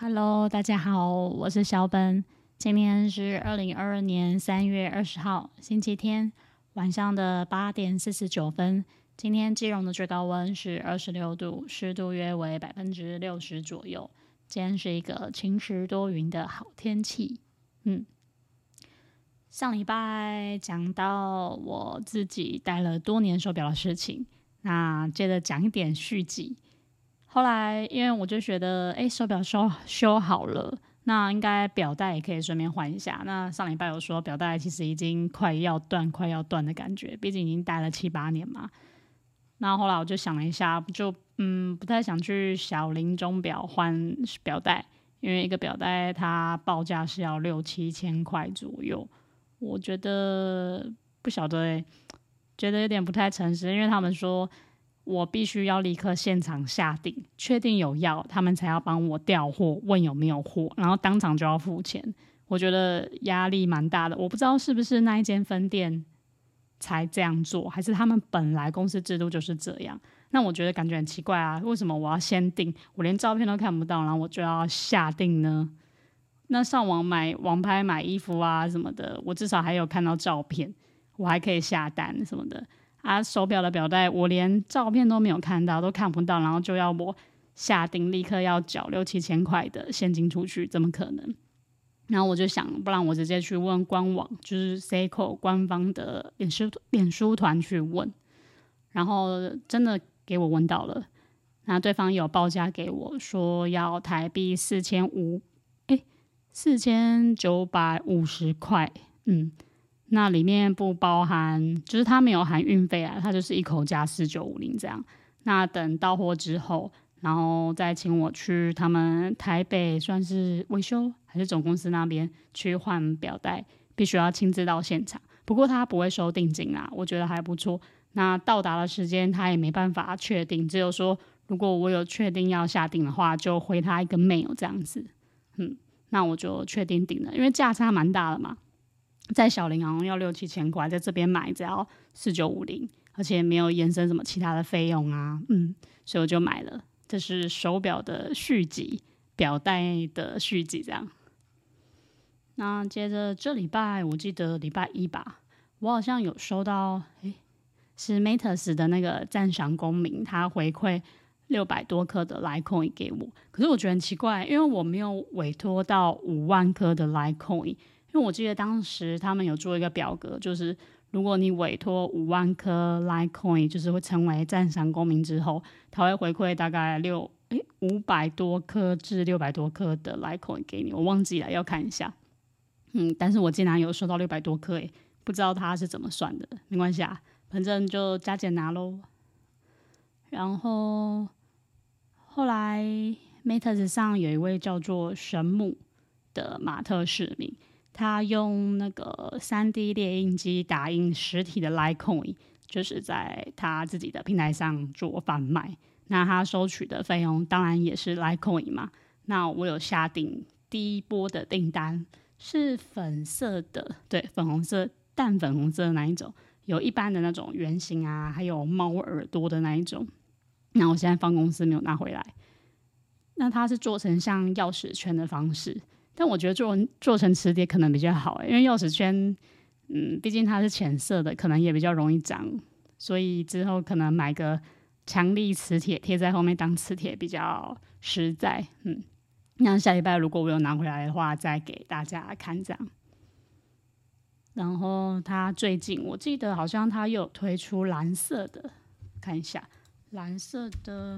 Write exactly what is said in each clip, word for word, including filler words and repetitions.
Hello，大家好，我是小本。今天是二零二二年三月二十号，星期天晚上的八点四十九分。今天基隆的最高温是二十六度，湿度约为百分之六十左右。今天是一个晴时多云的好天气。嗯，上礼拜讲到我自己戴了多年手表的事情，那接着讲一点续集。后来因为我就觉得哎，手表修修好了，那应该表带也可以顺便换一下。那上礼拜有说表带其实已经快要断快要断的感觉，毕竟已经戴了七八年嘛。那后来我就想了一下，就嗯不太想去小林钟表换表带，因为一个表带它报价是要六七千块左右，我觉得不晓得哎，觉得有点不太诚实，因为他们说我必须要立刻现场下定，确定有要，他们才要帮我调货，问有没有货，然后当场就要付钱。我觉得压力蛮大的，我不知道是不是那一间分店才这样做，还是他们本来公司制度就是这样。那我觉得感觉很奇怪啊，为什么我要先订，我连照片都看不到，然后我就要下定呢？那上网买网拍买衣服啊什么的，我至少还有看到照片，我还可以下单什么的。啊，手表的表带我连照片都没有看到，都看不到，然后就要我下定，立刻要缴六七千块的现金出去，怎么可能？然后我就想，不然我直接去问官网，就是 Seiko 官方的脸书脸书团去问，然后真的给我问到了，那对方有报价给我说要台币四千五，哎，四千九百五十块，嗯。那里面不包含，就是它没有含运费啊，它就是一口价四九五零这样。那等到货之后，然后再请我去他们台北算是维修还是总公司那边去换表带，必须要亲自到现场。不过他不会收定金啦，我觉得还不错。那到达的时间他也没办法确定，只有说如果我有确定要下定的话，就回他一个 mail 这样子。嗯，那我就确定定了，因为价差蛮大的嘛。在小林好像要六七千块，在这边买只要四九五零，而且没有延伸什么其他的费用啊，嗯，所以我就买了。这是手表的续集，表带的续集这样。那接着这礼拜，我记得礼拜一吧，我好像有收到，诶，是 Matus 的那个赞赏公民，他回馈六百多颗的 Litecoin 给我。可是我觉得很奇怪，因为我没有委托到五万颗的 Litecoin。因为我记得当时他们有做一个表格，就是如果你委托五万颗 Litecoin， 就是会成为赞赏公民之后，他会回馈大概六诶五百多颗至六百多颗的 Litecoin 给你，我忘记了要看一下。嗯，但是我竟然有收到六百多颗，诶，不知道他是怎么算的，没关系啊，反正就加减拿咯。然后后来 Matus 上有一位叫做神木的马特市民。他用那个 三 D 列印机打印实体的 Litecoin， 就是在他自己的平台上做贩卖。那他收取的费用当然也是 Litecoin 嘛。那我有下订第一波的订单是粉色的，对，粉红色、淡粉红色的那一种，有一般的那种圆形啊，还有猫耳朵的那一种。那我现在放公司没有拿回来。那它是做成像钥匙圈的方式。但我觉得 做, 做成磁碟可能比较好，因为钥匙圈，嗯，毕竟它是浅色的，可能也比较容易脏，所以之后可能买个强力磁铁贴在后面当磁铁比较实在。嗯，那下礼拜如果我有拿回来的话，再给大家看这样。然后它最近我记得好像它又有推出蓝色的，看一下蓝色的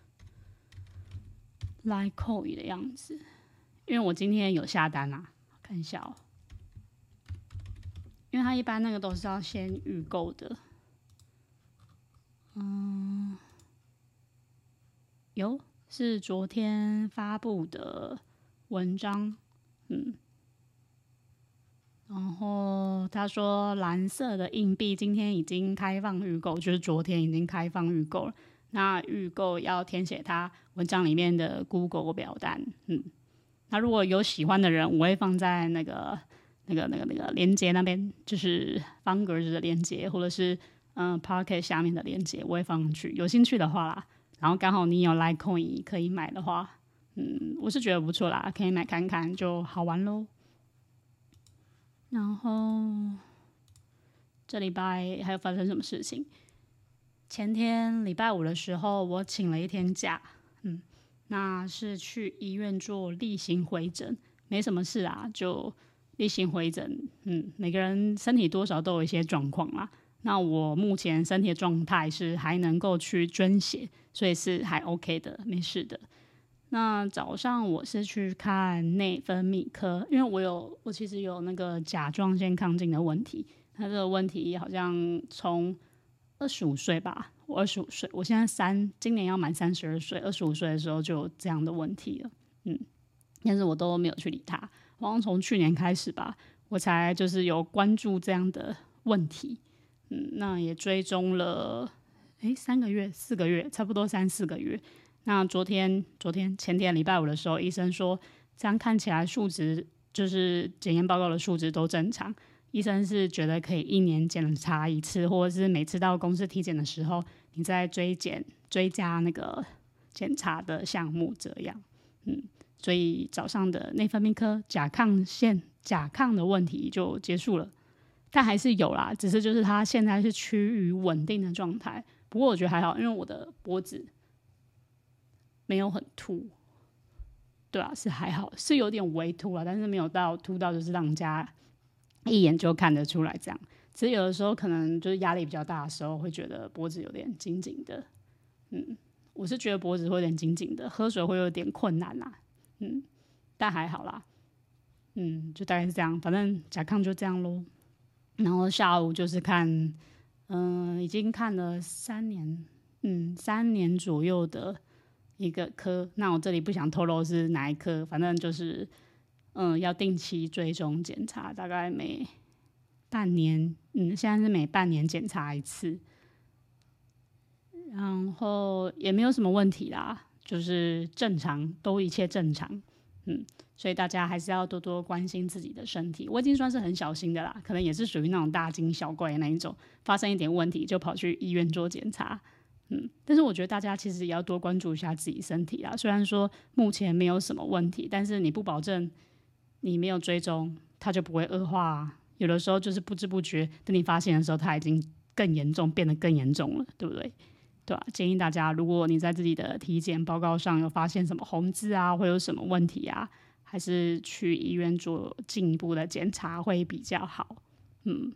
Litecoin 的样子。因为我今天有下单啊，看一下哦。因为它一般那个都是要先预购的。嗯，有是昨天发布的文章，嗯。然后他说蓝色的硬币今天已经开放预购，就是昨天已经开放预购了。那预购要填写他文章里面的 Google 表单，嗯。那如果有喜欢的人，我会放在那个、那个、那个、那个连结那边，就是方格子的连结，或者是嗯 Pocket 下面的连结，我会放上去。有兴趣的话啦，然后刚好你有 Litecoin 可以买的话， 嗯，我是觉得不错啦，可以买看看，就好玩咯。然后这礼拜还有发生什么事情？前天礼拜五的时候，我请了一天假，嗯，那是去医院做例行回诊，没什么事啊，就例行回诊。嗯，每个人身体多少都有一些状况啦。那我目前身体的状态是还能够去捐血，所以是还 OK 的，没事的。那早上我是去看内分泌科，因为我有我其实有那个甲状腺亢进的问题，那这个问题好像从二十五岁吧，我二十五岁，我现在三，今年要满三十二岁，二十五岁的时候就有这样的问题了，嗯，但是我都没有去理它。好像从去年开始吧，我才就是有关注这样的问题，嗯，那也追踪了，诶，三个月、四个月，差不多三四个月。那昨天、昨天、前天礼拜五的时候，医生说这样看起来数值就是检验报告的数值都正常。医生是觉得可以一年检查一次，或者是每次到公司体检的时候，你再追检追加那个检查的项目这样。嗯，所以早上的内分泌科甲亢腺甲亢的问题就结束了，但还是有啦，只是就是它现在是趋于稳定的状态。不过我觉得还好，因为我的脖子没有很凸，对啊，是还好，是有点微凸啦，但是没有到凸到就是让人家一眼就看得出来这样。只是有的时候可能就是压力比较大的时候，会觉得脖子有点紧紧的。嗯，我是觉得脖子会有点紧紧的，喝水会有点困难啦。嗯，但还好啦。嗯，就大概是这样，反正甲亢就这样咯。然后下午就是看，嗯、呃，已经看了三年，嗯，三年左右的一个科。那我这里不想透露是哪一科，反正就是，嗯，要定期追踪检查，大概每半年，嗯，现在是每半年检查一次，然后也没有什么问题啦，就是正常，都一切正常，嗯。所以大家还是要多多关心自己的身体。我已经算是很小心的啦，可能也是属于那种大惊小怪的那一种，发生一点问题就跑去医院做检查。嗯，但是我觉得大家其实也要多关注一下自己身体啦。虽然说目前没有什么问题，但是你不保证你没有追踪，它就不会恶化啊。有的时候就是不知不觉，等你发现的时候，它已经更严重，变得更严重了，对不对？对吧、啊？建议大家，如果你在自己的体检报告上有发现什么红字啊，会有什么问题啊，还是去医院做进一步的检查会比较好。嗯，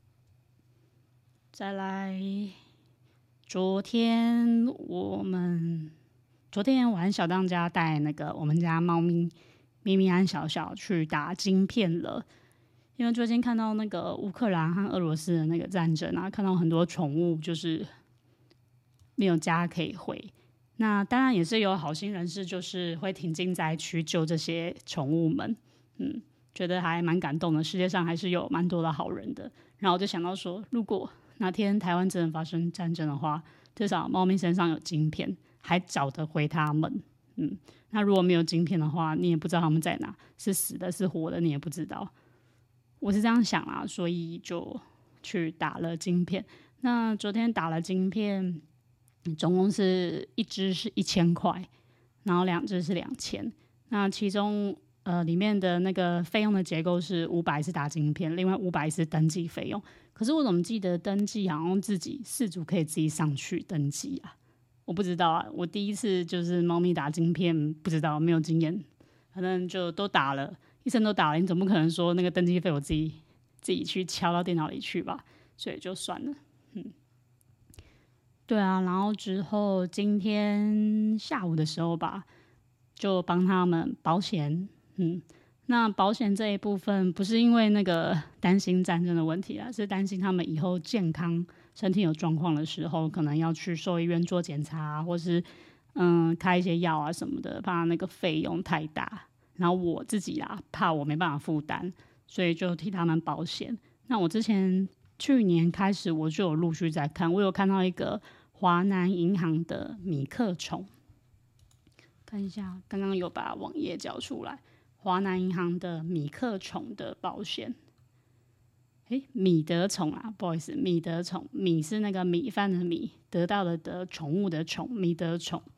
再来，昨天我们昨天我和小当家带那个我们家猫咪咪咪和小小去打晶片了。因为最近看到那个乌克兰和俄罗斯的那个战争啊，看到很多宠物就是没有家可以回。那当然也是有好心人士，就是会挺进灾区救这些宠物们。嗯，觉得还蛮感动的。世界上还是有蛮多的好人的。然后我就想到说，如果哪天台湾真的发生战争的话，至少猫咪身上有晶片，还找得回他们。嗯，那如果没有晶片的话，你也不知道他们在哪，是死的，是活的，你也不知道。我是这样想啦，所以就去打了晶片。那昨天打了晶片，总共是一支是一千块，然后两支是两千。那其中呃里面的那个费用的结构是五百是打晶片，另外五百是登记费用。可是我怎么记得登记好像自己饲主可以自己上去登记啊？我不知道啊，我第一次就是猫咪打晶片，不知道没有经验，反正就都打了。医生都打了，你总不可能说那个登记费我自己自己去敲到电脑里去吧？所以就算了。嗯，对啊，然后之后今天下午的时候吧，就帮他们保险。嗯，那保险这一部分不是因为那个担心战争的问题啦，是担心他们以后健康身体有状况的时候，可能要去兽医院做检查，或是嗯开一些药啊什么的，怕那个费用太大。然后我自己啦，怕我没办法负担，所以就替他们保险。那我之前去年开始我就有陆续在看，我有看到一个华南银行的米克虫，看一下，刚刚有把网页交出来，华南银行的米克虫的保险。诶，米德宠啊，不好意思，米德宠，米是那个米饭的米，得到的得，宠物的宠，米德宠。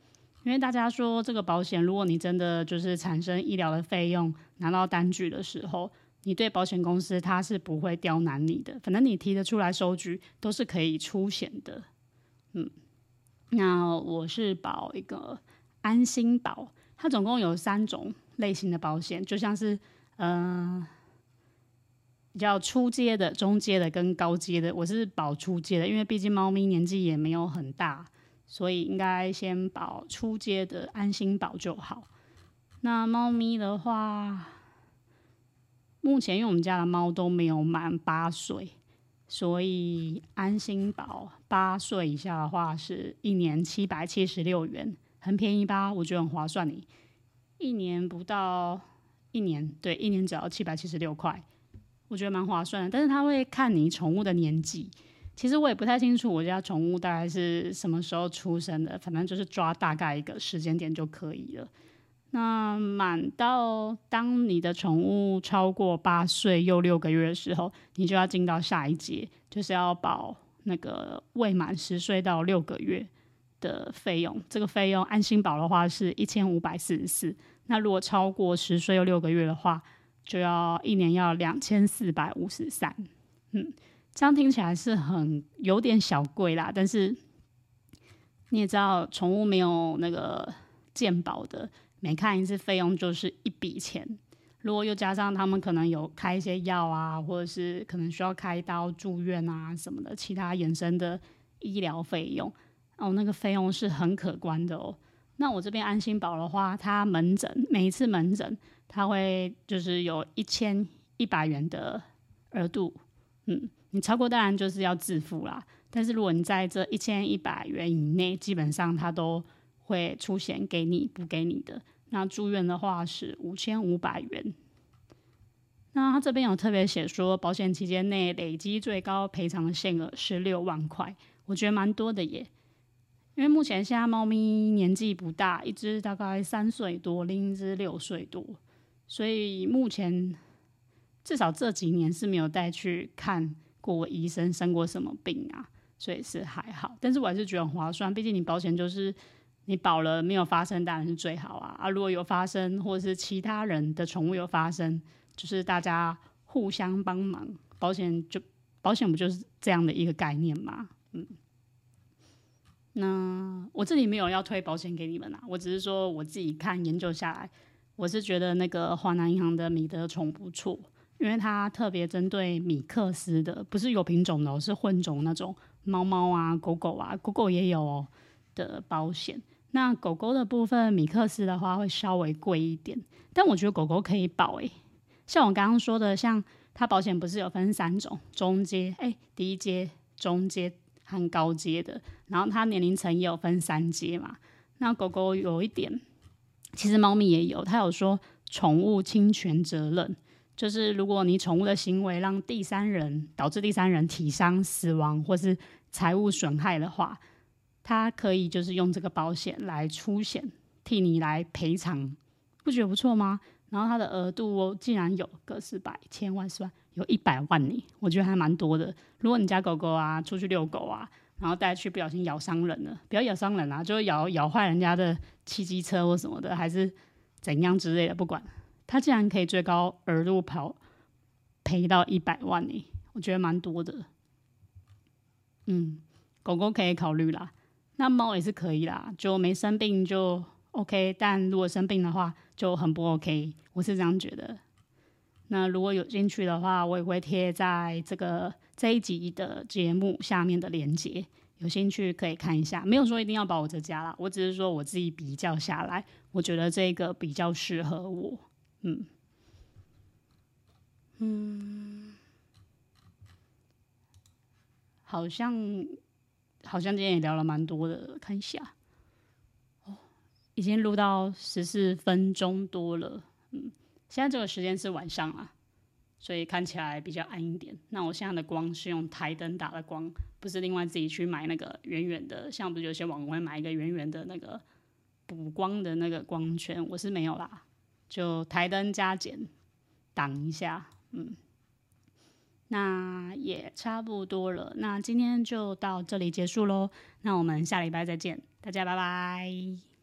因为大家说这个保险，如果你真的就是产生医疗的费用拿到单据的时候，你对保险公司它是不会刁难你的，反正你提得出来收据都是可以出险的。嗯，那我是保一个安心保，它总共有三种类型的保险，就像是呃比较初阶的、中阶的跟高阶的。我是保初阶的，因为毕竟猫咪年纪也没有很大，所以应该先保初阶的安心保就好。那猫咪的话，目前因为我们家的猫都没有满八岁，所以安心保八岁以下的话是一年七百七十六元，很便宜吧？我觉得很划算你一年不到一年，对，一年只要七百七十六块，我觉得蛮划算的。但是它会看你宠物的年纪，其实我也不太清楚我家宠物大概是什么时候出生的，反正就是抓大概一个时间点就可以了。那满到当你的宠物超过八岁又六个月的时候，你就要进到下一阶，就是要保那个未满十岁到六个月的费用。这个费用安心保的话是一千五百四十四，那如果超过十岁又六个月的话，就要一年要两千四百五十三。嗯，这样听起来是很有点小贵啦，但是你也知道，宠物没有那个健保的。每看一次费用就是一笔钱，如果又加上他们可能有开一些药啊，或者是可能需要开刀住院啊什么的，其他衍生的医疗费用，哦，那个费用是很可观的哦。那我这边安心保的话，它门诊每一次门诊，它会就是有一千一百元的额度，嗯，你超过当然就是要自付啦。但是如果你在这一千一百元以内，基本上它都会出险给你补给你的。那住院的话是五千五百元。那他这边有特别写说，保险期间内累积最高赔偿限额是六万块，我觉得蛮多的耶。因为目前现在猫咪年纪不大，一只大概三岁多，另一只六岁多，所以目前至少这几年是没有带去看过医生，生过什么病啊，所以是还好。但是我还是觉得很划算，毕竟你保险就是你保了没有发生当然是最好啊，啊如果有发生或者是其他人的宠物有发生，就是大家互相帮忙，保险就保险不就是这样的一个概念吗？嗯，那我这里没有要推保险给你们啦，我只是说我自己看研究下来，我是觉得那个华南银行的米德宠不错，因为它特别针对米克斯的，不是有品种的、哦，是混种那种猫猫啊、狗狗啊，狗狗也有哦的保险。那狗狗的部分，米克斯的话会稍微贵一点，但我觉得狗狗可以保诶。像我刚刚说的，像它保险不是有分三种，中阶、哎低阶、中阶和高阶的，然后它年龄层也有分三阶嘛。那狗狗有一点，其实猫咪也有，它有说宠物侵权责任，就是如果你宠物的行为让第三人导致第三人体伤、死亡或是财物损害的话，他可以就是用这个保险来出险，替你来赔偿，不觉得不错吗？然后它的额度哦，竟然有个十百、千万、十万，有一百万呢，我觉得还蛮多的。如果你家狗狗啊出去遛狗啊，然后带去不小心咬伤人了，不要咬伤人啊，就咬咬坏人家的汽机车或什么的，还是怎样之类的，不管，它竟然可以最高额度跑赔到一百万呢，我觉得蛮多的。嗯，狗狗可以考虑啦。那猫也是可以啦，就没生病就 OK， 但如果生病的话就很不 OK， 我是这样觉得。那如果有兴趣的话，我也会贴在这个这一集的节目下面的连结，有兴趣可以看一下。没有说一定要保我这家啦，我只是说我自己比较下来，我觉得这个比较适合我。嗯嗯，好像好像今天也聊了蛮多的，看一下。已经录到十四分钟多了，嗯，现在这个时间是晚上啊，所以看起来比较暗一点。那我现在的光是用台灯打的光，不是另外自己去买那个圆圆的，像不是有些网红会买一个圆圆的那个补光的那个光圈，我是没有啦，就台灯加减挡一下，嗯，那也差不多了，那今天就到这里结束咯，那我们下礼拜再见，大家拜拜。